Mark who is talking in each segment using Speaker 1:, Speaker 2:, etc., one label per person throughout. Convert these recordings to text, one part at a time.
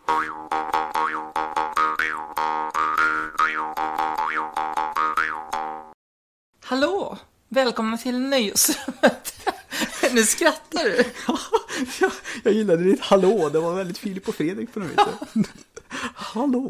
Speaker 1: Hallå! Välkomna till Nöjesrummet. Nu skrattar du.
Speaker 2: Jag gillade ditt hallå. Det var väldigt Filip och Fredrik på något vis. Hallå!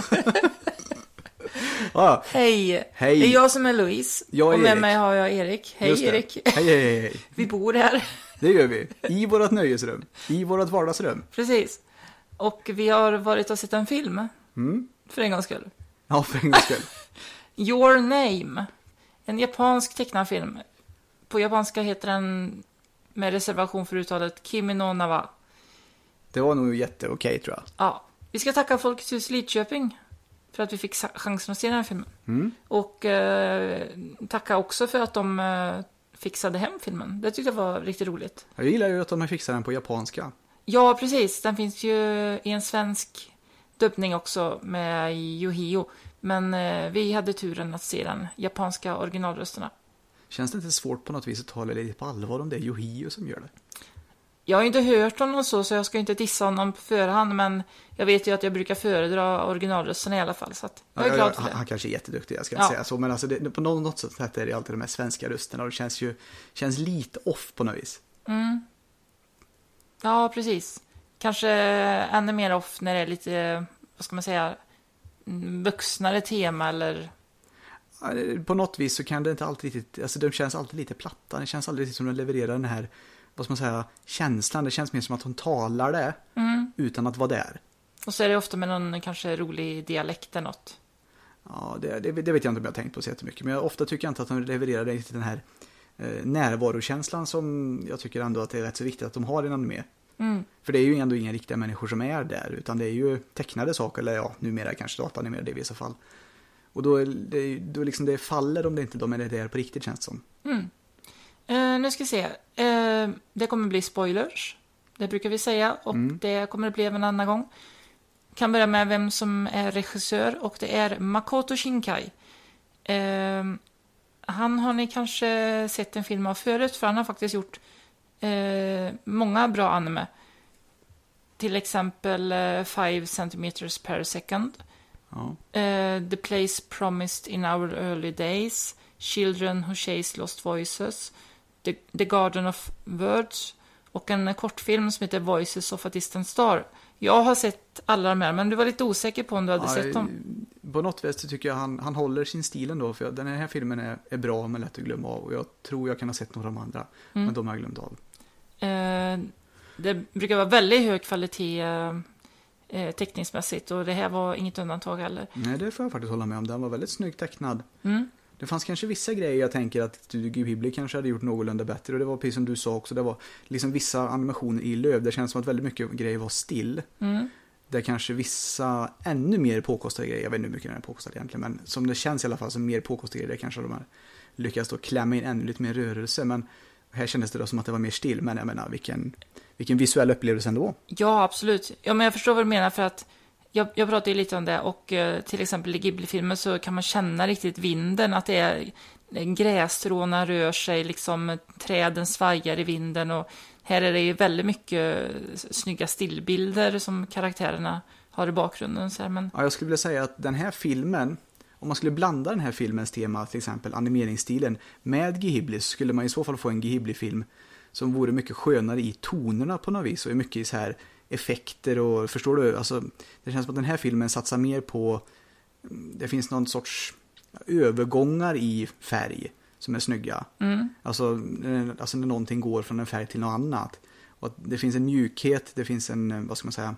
Speaker 1: Hej.
Speaker 2: Hej.
Speaker 1: Det är jag som är Louise.
Speaker 2: Jag är
Speaker 1: och med
Speaker 2: Erik.
Speaker 1: mig har jag Erik. Hej Erik.
Speaker 2: Hej.
Speaker 1: Vi bor här.
Speaker 2: Det gör vi. I vårt nöjesrum. I vårt vardagsrum.
Speaker 1: Precis. Och vi har varit och sett en film. För en gångs skull.
Speaker 2: Ja, för en gångs skull.
Speaker 1: Your Name. En japansk tecknad film. På japanska heter den, med reservation för uttalet, Kimi no Nawa.
Speaker 2: Det var nog jätteokej, tror jag.
Speaker 1: Ja. Vi ska tacka Folkets hus Lidköping för att vi fick chansen att se den här filmen. Och tacka också för att de fixade hem filmen. Det tyckte jag var riktigt roligt.
Speaker 2: Jag gillar ju att de har fixat den på japanska.
Speaker 1: Ja, precis. Den finns ju i en svensk dubbning också med Yohio. Men vi hade turen att se den japanska originalrösterna.
Speaker 2: Känns det inte svårt på något vis att ta det lite på allvar om det är Yohio som gör det?
Speaker 1: Jag har ju inte hört honom så jag ska inte dissa honom på förhand. Men jag vet ju att jag brukar föredra originalrösterna i alla fall. Så att jag är glad för det.
Speaker 2: Han kanske är jätteduktig, jag ska inte säga så. Men alltså på något sätt är det alltid de här svenska rösterna. Och det känns lite off på något vis.
Speaker 1: Ja, precis. Kanske ännu mer off när det är lite, vad ska man säga, vuxnare tema eller...
Speaker 2: På något vis så kan det inte alltid riktigt, alltså de känns alltid lite platta. Det känns aldrig riktigt som att de levererar den här, vad ska man säga, känslan. Det känns mer som att hon talar det utan att vara där. Och
Speaker 1: så är det ofta med någon kanske rolig dialekt eller något.
Speaker 2: Ja, det vet jag inte om jag har tänkt på så jättemycket. Men ofta tycker jag inte att de levererar riktigt den här närvarokänslan som jag tycker ändå att det är rätt så viktigt att de har i en anime. För det är ju ändå inga riktiga människor som är där, utan det är ju tecknade saker, eller ja, numera kanske datanimerade i vissa fall. Och då liksom det faller om det inte de är där på riktigt, känns som.
Speaker 1: Nu ska vi se. Det kommer bli spoilers. Det brukar vi säga. Och det kommer det bli även en annan gång. Kan börja med vem som är regissör. Och det är Makoto Shinkai. Han har ni kanske sett en film av förut. För han har faktiskt gjort många bra anime. Till exempel 5 centimeters per second. The Place Promised in Our Early Days, Children Who Chase Lost Voices, The Garden of Words och en kortfilm som heter Voices of a Distant Star. Jag har sett alla de här, men du var lite osäker på om du hade sett dem.
Speaker 2: På något vis så tycker jag han håller sin stil ändå, för den här filmen är bra men lätt att glömma av, och jag tror jag kan ha sett några av de andra, men de har jag glömt av.
Speaker 1: Det brukar vara väldigt hög kvalitet teckningsmässigt, och det här var inget undantag heller.
Speaker 2: Nej, det får jag faktiskt hålla med om. Den var väldigt snyggt tecknad. Det fanns kanske vissa grejer jag tänker att Studio Ghibli kanske hade gjort någorlunda bättre, och det var precis som du sa också, det var liksom vissa animationer i löv, det känns som att väldigt mycket grejer var still. Där kanske vissa ännu mer påkostade grejer, jag vet inte hur mycket den är påkostad egentligen, men som det känns i alla fall som mer påkostade grejer, kanske de har lyckats då klämma in ännu lite mer rörelse, men här kändes det då som att det var mer still, men jag menar, vilken visuell upplevelse ändå. Ja,
Speaker 1: absolut. Ja, men jag förstår vad du menar, för att jag pratar ju lite om det, och till exempel i Ghibli-filmer så kan man känna riktigt vinden, att det är grässtråna rör sig, liksom träden svajar i vinden, och här är det ju väldigt mycket snygga stillbilder som karaktärerna har i bakgrunden. Så här, men...
Speaker 2: Ja, jag skulle vilja säga att den här filmen, om man skulle blanda den här filmens tema, till exempel animeringsstilen, med Ghibli, så skulle man i så fall få en Ghibli-film som vore mycket skönare i tonerna på något vis, och är mycket i så här effekter, och förstår du, alltså det känns som att den här filmen satsar mer på, det finns någon sorts övergångar i färg som är snygga. Alltså när någonting går från en färg till något annat, och att det finns en mjukhet, det finns en, vad ska man säga,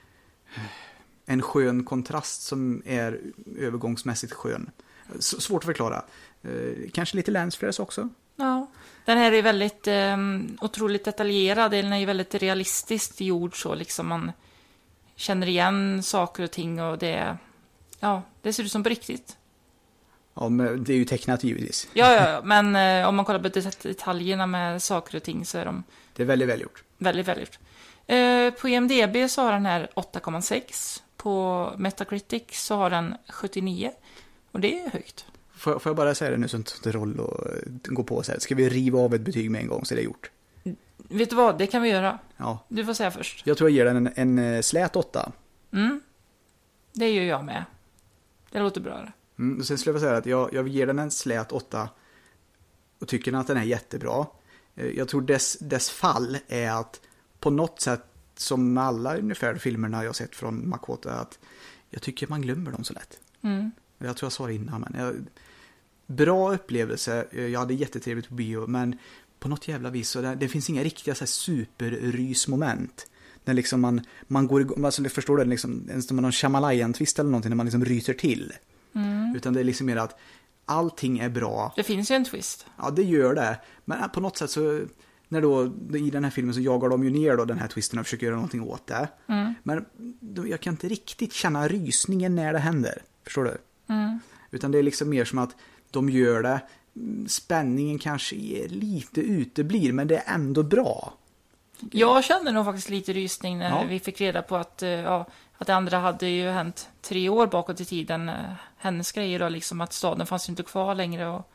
Speaker 2: en skön kontrast som är övergångsmässigt skön. Svårt att förklara. Kanske lite lensflares också.
Speaker 1: Ja, den här är väldigt otroligt detaljerad. Den är ju väldigt realistiskt gjord, så liksom man känner igen saker och ting, och det ser ut som på riktigt.
Speaker 2: Ja, men det är ju tecknat givetvis.
Speaker 1: Ja, men om man kollar på detaljerna med saker och ting så är de...
Speaker 2: Det är väldigt välgjort.
Speaker 1: Väldigt välgjort. På IMDb så har den här 8,6. På Metacritic så har den 79. Och det är högt.
Speaker 2: Får jag bara säga det nu så att det roll och gå på så här. Ska vi riva av ett betyg med en gång så är det gjort?
Speaker 1: Vet du vad? Det kan vi göra.
Speaker 2: Ja.
Speaker 1: Du får säga först.
Speaker 2: Jag tror jag ger den en slät 8.
Speaker 1: Det gör jag med. Det låter bra.
Speaker 2: Och sen skulle jag säga att jag ger den en slät 8 och tycker att den är jättebra. Jag tror dess fall är att på något sätt, som med alla ungefär filmerna jag sett från Makoto, att jag tycker man glömmer dem så lätt. Jag tror jag sa det innan, men bra upplevelse. Jag hade jättetrevligt på bio, men på något jävla vis så det finns inga riktiga så här superrysmoment. När liksom man går igång, alltså förstår du, liksom, ens när man har en Shyamalan-twist eller någonting, när man liksom ryter till. Utan det är liksom mer att allting är bra.
Speaker 1: Det finns ju en twist.
Speaker 2: Ja, det gör det. Men på något sätt så, när då i den här filmen så jagar de ju ner då den här twisten och försöker göra någonting åt det. Men jag kan inte riktigt känna rysningen när det händer. Förstår du? Utan det är liksom mer som att de gör det. Spänningen kanske är lite uteblir, men det är ändå bra.
Speaker 1: Jag kände nog faktiskt lite rysning när vi fick reda på att det andra hade ju hänt 3 år bakåt i tiden. Hennes grejer då, liksom att staden fanns inte kvar längre. Och,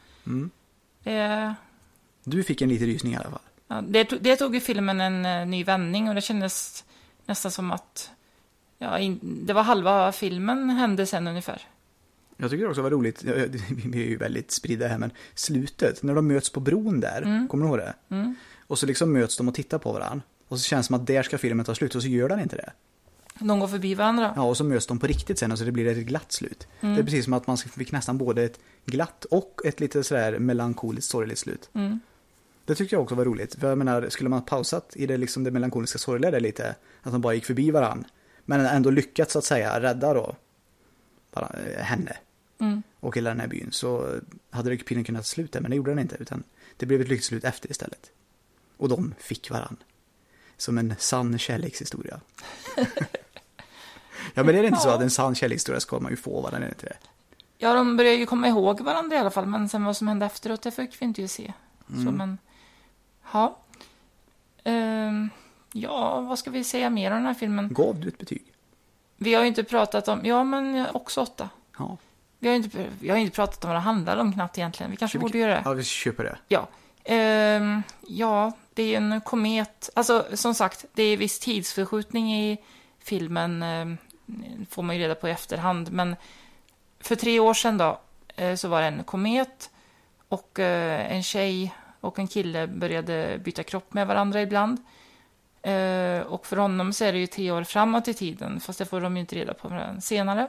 Speaker 2: Du fick en liten rysning i alla fall.
Speaker 1: Ja, det tog ju filmen en ny vändning och det kändes nästan som att det var halva filmen hände sen ungefär.
Speaker 2: Jag tycker det också var roligt, vi är ju väldigt spridda här, men slutet, när de möts på bron där, kommer du ihåg det? Och så liksom möts de och tittar på varandra. Och så känns det som att där ska filmen ta slut, och så gör den inte det.
Speaker 1: De går förbi varandra.
Speaker 2: Ja, och så möts de på riktigt sen, och så det blir ett glatt slut. Det är precis som att man fick nästan både ett glatt och ett lite sådär melankoliskt, sorgligt slut. Det tyckte jag också var roligt. För jag menar, skulle man pausat i det, liksom det melankoliska sorgliga där lite, att de bara gick förbi varandra, men ändå lyckats så att säga rädda då bara henne och hela den här byn, så hade Rökpinnen kunnat sluta, men det gjorde den inte, utan det blev ett lyckligt slut efter istället. Och de fick varann. Som en sann kärlekshistoria. Ja, men är det inte så att en sann kärlekshistoria ska man ju få varandra, är det inte det?
Speaker 1: Ja, de börjar ju komma ihåg varandra i alla fall, men sen vad som hände efteråt, det fick vi inte ju se. Så, men, vad ska vi säga mer om den här filmen?
Speaker 2: Gav du ett betyg?
Speaker 1: Vi har ju inte pratat om, men också 8.
Speaker 2: Ja.
Speaker 1: Vi har inte pratat om vad det handlar om knappt egentligen. Vi kanske borde göra det.
Speaker 2: Ja, vi köper det.
Speaker 1: Ja. Det är en komet. Alltså, som sagt, det är viss tidsförskjutning i filmen. Får man ju reda på i efterhand. Men för 3 år sedan då, så var det en komet. Och en tjej och en kille började byta kropp med varandra ibland. Och för honom så är det ju 3 år framåt i tiden. Fast det får de ju inte reda på senare.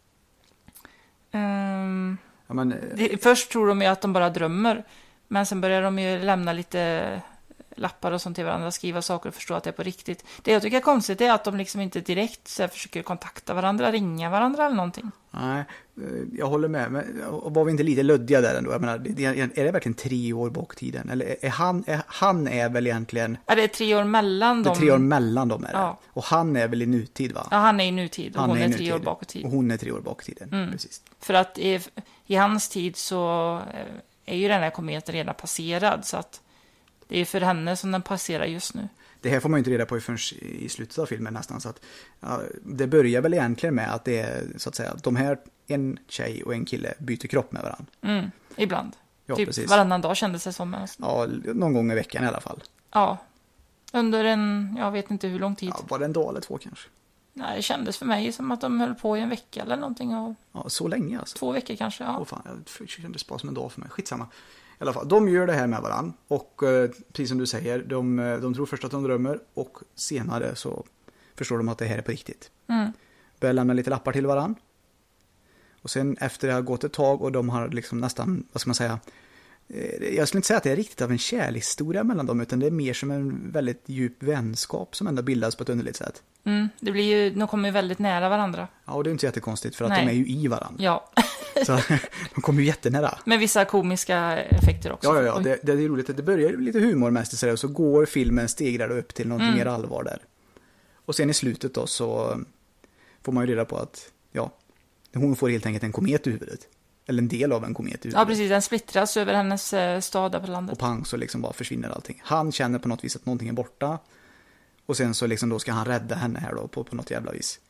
Speaker 1: Först tror de ju att de bara drömmer. Men sen börjar de ju lämna lite lappar och sånt till varandra, skriva saker och förstå att det är på riktigt. Det jag tycker är konstigt är att de liksom inte direkt så här försöker kontakta varandra, ringa varandra eller någonting.
Speaker 2: Nej, jag håller med. Men var vi inte lite luddiga där ändå? Jag menar, är det verkligen 3 år bak tiden? Eller han är väl egentligen...
Speaker 1: Ja, det är 3 år mellan dem.
Speaker 2: Det är 3 år mellan dem är det.
Speaker 1: Ja.
Speaker 2: Och han är väl i nutid, va?
Speaker 1: Ja, han är i nutid och hon är 3 år bak i tiden.
Speaker 2: Och hon är 3 år bak i tiden, precis.
Speaker 1: För att i hans tid så är ju den här kometen redan passerad, så att det är för henne som den passerar just nu.
Speaker 2: Det här får man ju inte reda på förrän i slutet av filmen nästan, så att det börjar väl egentligen med att det är så att säga de här, en tjej och en kille byter kropp med varandra.
Speaker 1: Ibland.
Speaker 2: Ja,
Speaker 1: typ
Speaker 2: precis.
Speaker 1: Varannan dag kändes det som.
Speaker 2: Ja, någon gång i veckan i alla fall.
Speaker 1: Ja. Under jag vet inte hur lång tid.
Speaker 2: Ja, var det en dag eller 2 kanske?
Speaker 1: Nej, det kändes för mig som att de höll på i en vecka eller någonting.
Speaker 2: Ja, så länge alltså.
Speaker 1: 2 veckor kanske, ja.
Speaker 2: Fan, det kändes bara som en dag för mig. Skitsamma. I alla fall, de gör det här med varandra. Och precis som du säger, de tror först att de drömmer. Och senare så förstår de att det här är på riktigt. Börjar lämna lite lappar till varandra. Och sen efter det har gått ett tag och de har liksom nästan, vad ska man säga... Jag skulle inte säga att det är riktigt av en kärlekshistoria mellan dem, utan det är mer som en väldigt djup vänskap som ändå bildas på ett underligt sätt.
Speaker 1: Det blir ju, de kommer ju väldigt nära varandra.
Speaker 2: Ja, och det är inte jättekonstigt för att de är ju i varandra.
Speaker 1: Ja.
Speaker 2: Så de kommer ju jättenära.
Speaker 1: Med vissa komiska effekter också.
Speaker 2: Ja, det är roligt. Det börjar lite humormässigt och så går filmen stegrar upp till något mer allvar där. Och sen i slutet då så får man ju reda på att hon får helt enkelt en komet i huvudet. Eller en del av en komet i huvudet.
Speaker 1: Ja, precis. Den splittras över hennes stad där på landet.
Speaker 2: Och pang så liksom bara försvinner allting. Han känner på något vis att någonting är borta. Och sen så liksom då ska han rädda henne här då på något jävla vis.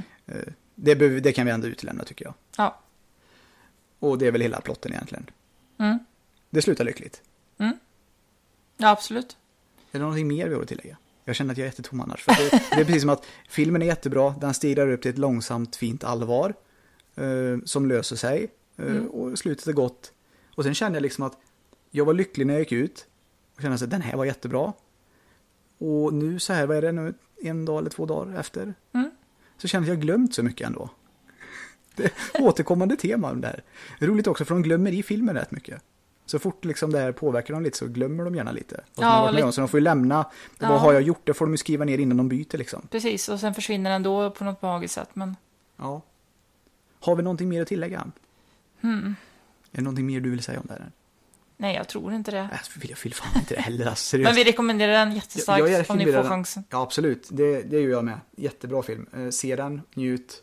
Speaker 2: Det kan vi ändå utelämna tycker jag.
Speaker 1: Ja.
Speaker 2: Och det är väl hela plotten egentligen. Det slutar lyckligt.
Speaker 1: Ja, absolut.
Speaker 2: Är det någonting mer vi har att tillägga? Jag känner att jag är jättetom annars. För det är precis som att filmen är jättebra. Den stiger upp till ett långsamt, fint allvar. Som löser sig. Och slutet är gott. Och sen kände jag liksom att jag var lycklig när jag gick ut. Och kände att den här var jättebra. Och nu så här, vad är det nu? 1 dag eller 2 dagar efter. Så kände jag glömt så mycket ändå. Det är återkommande tema om det här. Det är roligt också för de glömmer i filmen rätt mycket. Så fort liksom det här påverkar dem lite så glömmer de gärna lite. Så de får ju lämna. Vad har jag gjort? Det får de ju skriva ner innan de byter liksom.
Speaker 1: Precis, och sen försvinner den då på något magiskt sätt. Men...
Speaker 2: Ja. Har vi någonting mer att tillägga? Är det någonting mer du vill säga om det här?
Speaker 1: Nej, jag tror inte det.
Speaker 2: Jag vill fan inte det heller. Alltså,
Speaker 1: men vi rekommenderar den jättestarkt om ni får chansen.
Speaker 2: Ja, absolut. Det gör jag med. Jättebra film. Se den, njut.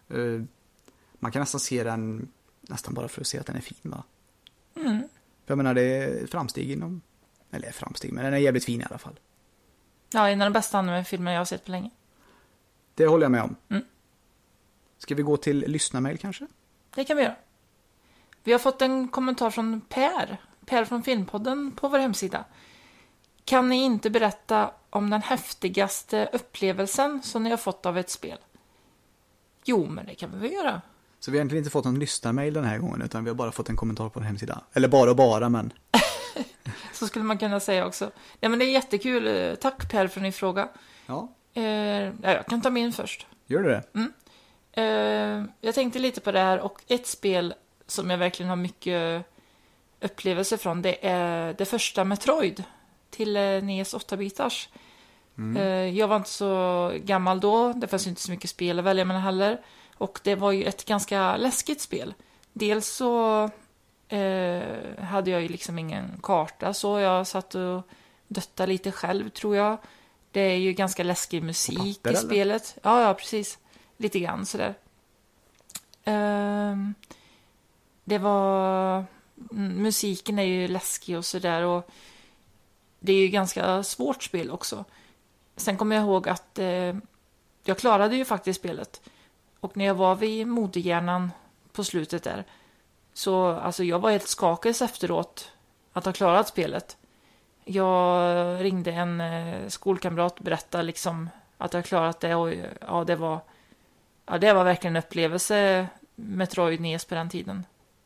Speaker 2: Man kan nästan se den nästan bara för att se att den är fin, va? För jag menar, det är framsteg inom... Eller framsteg, men den är jävligt fin i alla fall.
Speaker 1: Ja, en av de bästa anime-filmer jag har sett på länge.
Speaker 2: Det håller jag med om. Ska vi gå till lyssnarmail kanske?
Speaker 1: Det kan vi göra. Vi har fått en kommentar från Per från Filmpodden på vår hemsida. Kan ni inte berätta om den häftigaste upplevelsen som ni har fått av ett spel? Jo, men det kan vi väl göra.
Speaker 2: Så vi har egentligen inte fått någon lyssnarmail den här gången, utan vi har bara fått en kommentar på vår hemsida. Eller bara, men...
Speaker 1: Så skulle man kunna säga också. Ja, men det är jättekul. Tack Per för din fråga.
Speaker 2: Ja.
Speaker 1: Jag kan ta min först.
Speaker 2: Gör du det?
Speaker 1: Jag tänkte lite på det här, och ett spel som jag verkligen har mycket upplevelse från, det är det första Metroid till NES 8-bitars. Jag var inte så gammal då, det fanns inte så mycket spel att välja mellan heller, och det var ju ett ganska läskigt spel. Dels så hade jag ju liksom ingen karta, så jag satt och döttade lite själv, tror jag. Det är ju ganska läskig musik i spelet. Ja, precis. Lite grann sådär. Det var... Musiken är ju läskig och sådär, och det är ju ganska svårt spel också. Sen kommer jag ihåg att jag klarade ju faktiskt spelet. Och när jag var vid modehjärnan på slutet där, så alltså jag var helt skakig efteråt att ha klarat spelet. Jag ringde en skolkamrat och berättade liksom att jag klarat det, och ja, det var verkligen en upplevelse, Metroid NES på den tiden.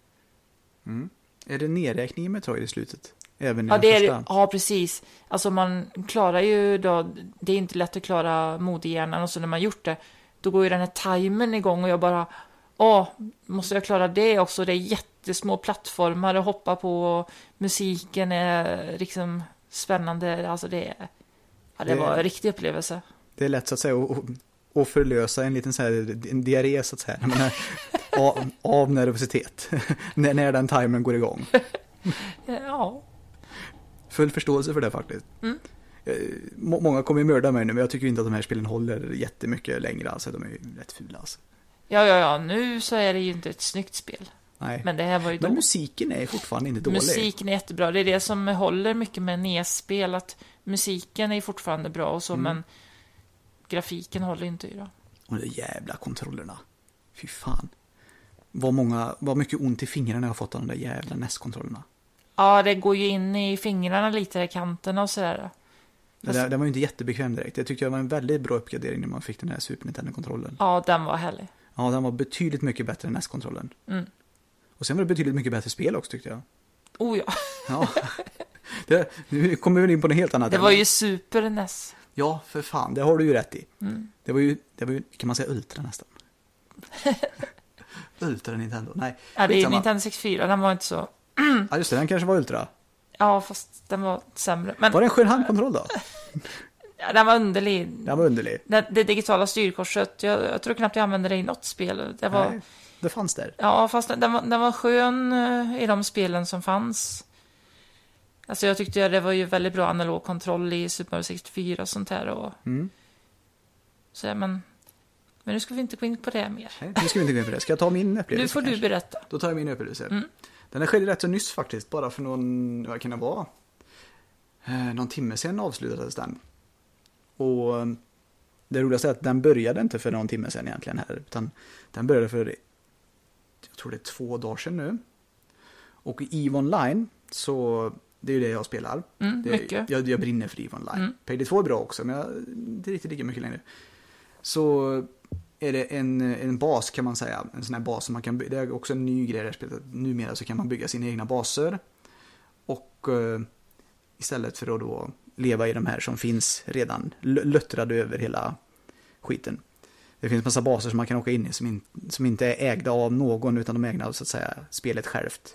Speaker 2: Är det nedräkning i Metroid i slutet? Även i
Speaker 1: ja,
Speaker 2: den första?
Speaker 1: Ja, precis. Alltså man klarar ju då, det är inte lätt att klara modehjärnan, och så när man gjort det, då går ju den här timern igång, och jag bara, måste jag klara det också? Det är jättesmå plattformar att hoppa på, och musiken är liksom spännande. Alltså det var en riktig upplevelse. Det
Speaker 2: är lätt så att säga att förlösa en liten så här, en diarré så att säga. Av nervositet. när den timern går igång.
Speaker 1: Ja.
Speaker 2: Full förståelse för det faktiskt. Många kommer ju mörda mig nu, men jag tycker inte att de här spelen håller jättemycket längre. Alltså, de är ju rätt fula. Alltså.
Speaker 1: Ja. Nu så är det ju inte ett snyggt spel.
Speaker 2: Nej.
Speaker 1: Men det här var ju
Speaker 2: men musiken är fortfarande inte dålig.
Speaker 1: Musiken är jättebra. Det är det som håller mycket med NES-spel. Att musiken är fortfarande bra och så, men grafiken håller inte i då.
Speaker 2: Och de jävla kontrollerna. Fy fan. Vad mycket ont i fingrarna jag har fått av de där jävla NES-kontrollerna.
Speaker 1: Ja, det går ju in i fingrarna lite i kanterna och sådär.
Speaker 2: Den var ju inte jättebekväm direkt. Jag tyckte det var en väldigt bra uppgradering när man fick den här Super Nintendo-kontrollen.
Speaker 1: Ja, den var härlig.
Speaker 2: Ja, den var betydligt mycket bättre än NES-kontrollen. Och sen var det betydligt mycket bättre spel också, tyckte jag.
Speaker 1: Oh ja.
Speaker 2: Ja. Nu kommer vi in på något helt annat.
Speaker 1: Det var ju Super NES.
Speaker 2: Ja, för fan. Det har du ju rätt i. Det var ju, kan man säga, Ultra nästan. Ultra Nintendo, nej.
Speaker 1: Ja, det är ju Nintendo 64, den var inte så...
Speaker 2: Ja, just det, den kanske var Ultra.
Speaker 1: Ja, fast den var sämre. Men...
Speaker 2: Var det en skön handkontroll då?
Speaker 1: Ja, den var underlig. Det digitala styrkorset, jag tror knappt jag använde det i något spel.
Speaker 2: Nej, det fanns där.
Speaker 1: Ja, fast den var skön i de spelen som fanns. Alltså jag tyckte det var ju väldigt bra analog kontroll i Super Mario 64 och sånt här. Och... Så, men nu ska vi inte gå in på det mer.
Speaker 2: Nej, nu ska vi inte gå in på det. Ska jag ta min upplevelse?
Speaker 1: Nu får du berätta.
Speaker 2: Då tar jag min upplevelse. Den skedde rätt så nyss faktiskt. Bara för vad kan det vara? Någon timme sedan avslutades den. Och det roligaste är att den började inte för någon timme sedan egentligen här. Utan den började för, jag tror det är 2 dagar sedan nu. Och i EVE Online så Det är ju det jag spelar.
Speaker 1: Mycket.
Speaker 2: Jag brinner för EVE Online. Payday 2 är bra också, men inte riktigt lika mycket längre. Så är det en bas kan man säga. En sån här bas som man kan bygga. Det är också en ny grej i det här spelet. Numera så kan man bygga sina egna baser. Och istället för att då leva i de här som finns redan löttrade över hela skiten. Det finns massa baser som man kan åka in i som inte är ägda av någon utan de är ägda av så att säga spelet självt.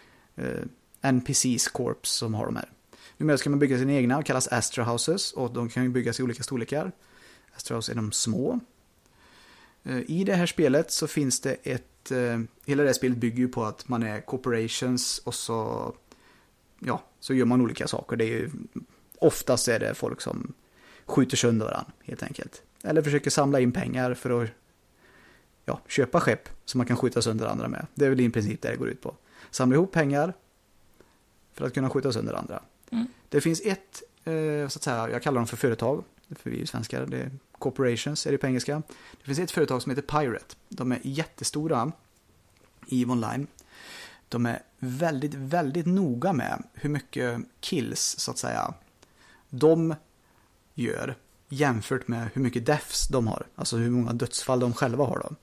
Speaker 2: NPCs Corps som har de här. Numera ska man bygga sina egna och kallas Astra Houses och de kan ju byggas i olika storlekar. Astra Houses är de små. I det här spelet så finns det hela det här spelet bygger ju på att man är corporations och så gör man olika saker. Det är ju, oftast är det folk som skjuter sönder varandra helt enkelt. Eller försöker samla in pengar för att köpa skepp som man kan skjuta sönder andra med. Det är väl i princip det går ut på. Samla ihop pengar för att kunna skjuta sönder andra. Det finns så att säga, jag kallar dem för företag, för vi är svenskar, det är corporations är det på engelska. Det finns ett företag som heter Pirate. De är jättestora i EVE Online. De är väldigt, väldigt noga med hur mycket kills, så att säga, de gör jämfört med hur mycket deaths de har. Alltså hur många dödsfall de själva har då.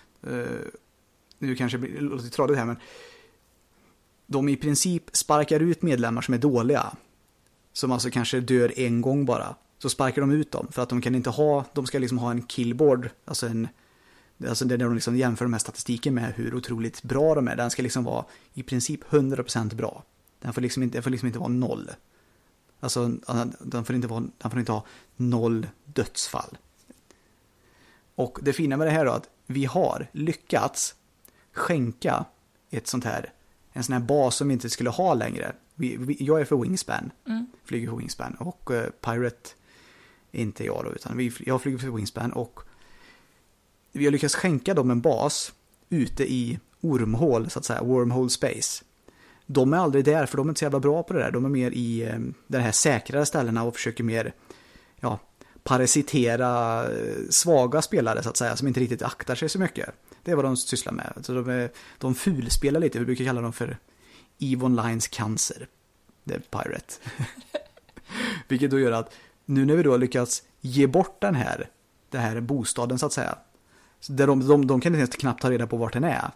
Speaker 2: Nu kanske det låter lite tradigt här, men de i princip sparkar ut medlemmar som är dåliga. Som alltså kanske dör en gång bara. Så sparkar de ut dem för att de ska liksom ha en killboard. Alltså där de liksom jämför de här statistiken med hur otroligt bra de är. Den ska liksom vara i princip 100% bra. Den får liksom inte vara 0. Alltså den får inte ha 0 dödsfall. Och det fina med det här då att vi har lyckats skänka en sån här bas som vi inte skulle ha längre. Jag är för Wingspan. Flyger för Wingspan. Och Pirate är inte jag då, utan jag flyger för Wingspan. Och vi har lyckats skänka dem en bas ute i ormhål, så att säga, wormhole space. De är aldrig där, för de är inte så jävla bra på det där. De är mer i de här säkrare ställena och försöker mer parasitera svaga spelare, så att säga, som inte riktigt aktar sig så mycket. Det är vad de sysslar med. Så de fulspelar lite, vi brukar kalla dem för EVE Onlines cancer. Det är Pirate. Vilket då gör att nu när vi då har lyckats ge bort den här bostaden, så att säga, så där de kan inte knappt ta reda på vart den är.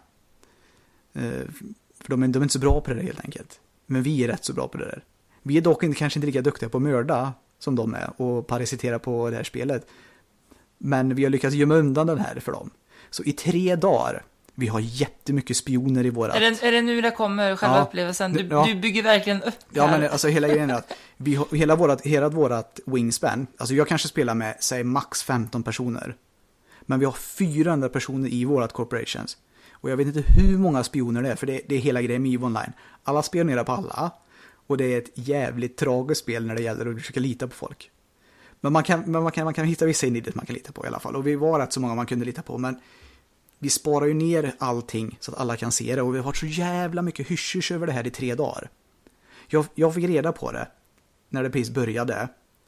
Speaker 2: För de är inte så bra på det där helt enkelt. Men vi är rätt så bra på det där. Vi är dock kanske inte lika duktiga på att mörda som de är och parasitera på det här spelet. Men vi har lyckats gömma undan den här för dem. Så i 3 dagar, vi har jättemycket spioner i vårat...
Speaker 1: Är det nu det kommer själva upplevelsen? Du bygger verkligen upp här.
Speaker 2: Ja, men alltså hela grejen är att hela vårat Wingspan, alltså jag kanske spelar med, säg max 15 personer. Men vi har 400 personer i vårat corporations. Och jag vet inte hur många spioner det är, för det är hela grejen med EVE Online. Alla spionerar på alla. Och det är ett jävligt tragiskt spel när det gäller att försöka lita på folk. Men man kan hitta vissa individer man kan lita på i alla fall. Och vi var rätt så många man kunde lita på. Men vi sparar ju ner allting så att alla kan se det. Och vi har varit så jävla mycket hysch över det här i 3 dagar. Jag fick reda på det när det precis började.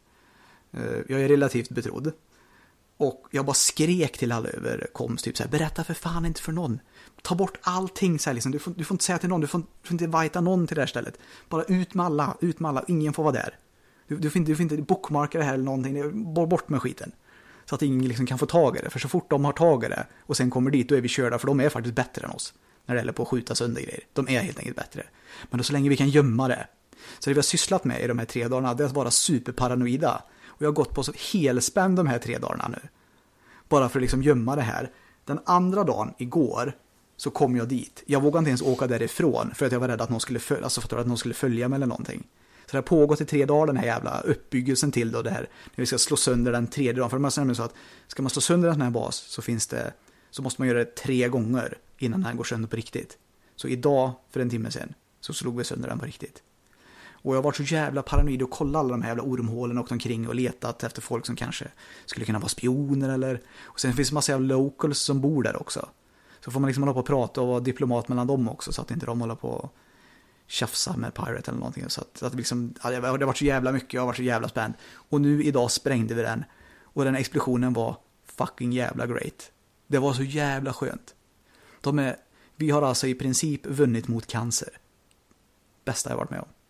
Speaker 2: Jag är relativt betrodd. Och jag bara skrek till alla över komst, typ så här, berätta för fan inte för någon. Ta bort allting så här, liksom. Du får inte säga till någon, du får inte invita någon till det här stället. Bara ut med alla, ingen får vara där. Du får inte bookmarka det här eller någonting, bort med skiten. Så att ingen liksom kan få tag i det, för så fort de har tag i det och sen kommer dit, då är vi körda, för de är faktiskt bättre än oss när det gäller på att skjuta sönder grejer. De är helt enkelt bättre. Men då så länge vi kan gömma det. Så det vi har sysslat med i de här 3 dagarna, det är att vara superparanoida. Och jag har gått på så helspänn de här 3 dagarna nu. Bara för att liksom gömma det här. Den andra dagen, igår, så kom jag dit. Jag vågade inte ens åka därifrån för att jag var rädd att någon skulle följa mig eller någonting. Så det har pågått i 3 dagar, den här jävla uppbyggelsen till då det här. När vi ska slå sönder den 3:e dagen. För man säger så att ska man slå sönder den här bas så måste man göra det 3 gånger innan den går sönder på riktigt. Så idag, för en timme sedan, så slog vi sönder den på riktigt. Och jag har varit så jävla paranoid och kollat alla de här jävla ormhålen och omkring och letat efter folk som kanske skulle kunna vara spioner eller... Och sen finns det massa jävla locals som bor där också. Så får man liksom hålla på och prata och vara diplomat mellan dem också, så att inte de håller på och tjafsa med Pirate eller någonting. Så att liksom, det har varit så jävla mycket, jag har varit så jävla spänd. Och nu idag sprängde vi den. Och den explosionen var fucking jävla great. Det var så jävla skönt. Vi har alltså i princip vunnit mot cancer. Bästa jag varit med om.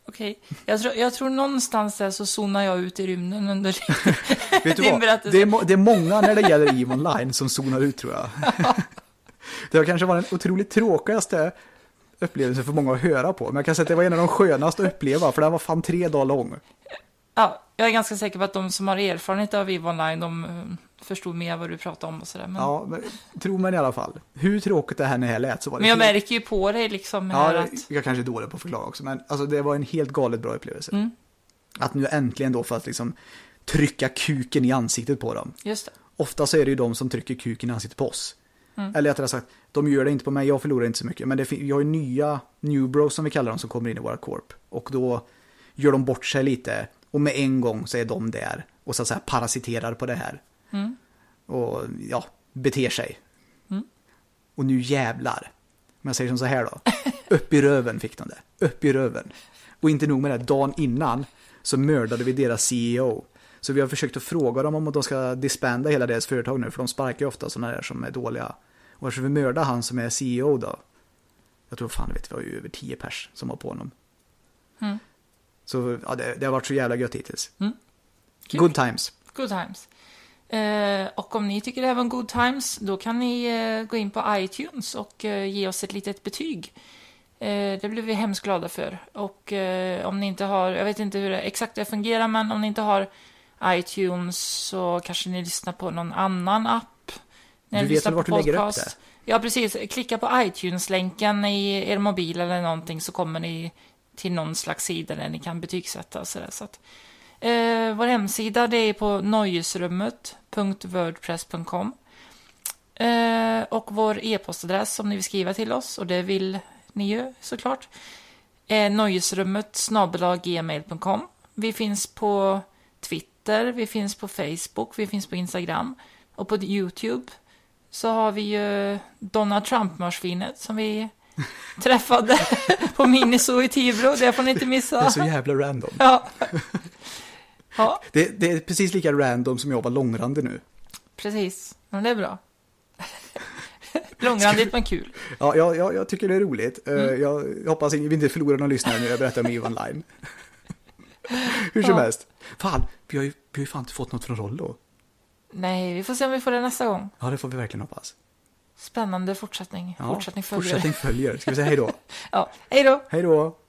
Speaker 1: Okej. Jag tror någonstans där så zonar jag ut i rymden under
Speaker 2: Vet du
Speaker 1: din
Speaker 2: vad?
Speaker 1: berättelse.
Speaker 2: Det är många när det gäller EVE Online som zonar ut, tror jag. Det har kanske varit den otroligt tråkigaste upplevelsen för många att höra på. Men jag kan säga att det var en av de skönaste att uppleva, för det var fan 3 dagar lång.
Speaker 1: Ja, jag är ganska säker på att de som har erfarenhet av EVE Online, de förstod mer vad du pratade om och sådär. Men...
Speaker 2: Ja, men tror man i alla fall. Hur tråkigt det här lät så var det.
Speaker 1: Men jag märker ju på dig liksom här
Speaker 2: ja,
Speaker 1: att...
Speaker 2: jag kanske är dålig på att förklara också, men alltså, det var en helt galet bra upplevelse.
Speaker 1: Mm.
Speaker 2: Att nu äntligen då för att liksom trycka kuken i ansiktet på dem.
Speaker 1: Just det.
Speaker 2: Ofta så är det ju de som trycker kuken i ansiktet på oss. Eller rättare sagt, de gör det inte på mig, jag förlorar inte så mycket. Men vi har ju nya New Bros som vi kallar dem som kommer in i våra corp. Och då gör de bort sig lite. Och med en gång så är de där. Och så att säga parasiterar på det här.
Speaker 1: Mm.
Speaker 2: Och ja, beter sig.
Speaker 1: Mm.
Speaker 2: Och nu jävlar. Men jag säger som så här då. Upp i röven fick de det. Upp i röven. Och inte nog med det, dagen innan så mördade vi deras CEO. Så vi har försökt att fråga dem om de ska disbanda hela deras företag nu. För de sparkar ju ofta sådana där som är dåliga. Och eftersom vi mördade han som är CEO då. Jag tror fan det var ju över 10 pers som var på honom.
Speaker 1: Mm.
Speaker 2: Så ja, det har varit så jävla gött hittills.
Speaker 1: Mm.
Speaker 2: Good times.
Speaker 1: Good times. Och om ni tycker det här var en good times, då kan ni gå in på iTunes och ge oss ett litet betyg. Det blir vi hemskt glada för. Och om ni inte har, jag vet inte hur det exakt det fungerar, men om ni inte har iTunes så kanske ni lyssnar på någon annan app.
Speaker 2: Du vet väl vart du lägger upp det?
Speaker 1: Ja, precis. Klicka på iTunes-länken i er mobil eller någonting så kommer ni till någon slags sida där ni kan betygsätta och sådär. Så att, vår hemsida det är på nojesrummet.wordpress.com och vår e-postadress som ni vill skriva till oss, och det vill ni ju såklart, är nojesrummet@gmail.com. Vi finns på Twitter, vi finns på Facebook, vi finns på Instagram och på YouTube så har vi ju Donald Trump-marsvinet som vi träffade på Miniso i Tibro. Det får ni inte missa.
Speaker 2: Det är så jävla random.
Speaker 1: Ja. Ja.
Speaker 2: Det är precis lika random som jag var långrandig nu.
Speaker 1: Precis, men det är bra. Långrandigt men kul.
Speaker 2: Ja, jag tycker det är roligt. Jag hoppas att vi inte förlorar någon lyssnare när jag berättar om EVE Online. Hur som helst. Fan, vi har ju fan inte fått något från Rollo.
Speaker 1: Nej, vi får se om vi får det nästa gång.
Speaker 2: Ja, det får vi verkligen hoppas.
Speaker 1: Spännande fortsättning.
Speaker 2: Ja,
Speaker 1: Fortsättning följer.
Speaker 2: Fortsättning följer. Ska vi säga hej då?
Speaker 1: Ja, hej då.
Speaker 2: Hej då.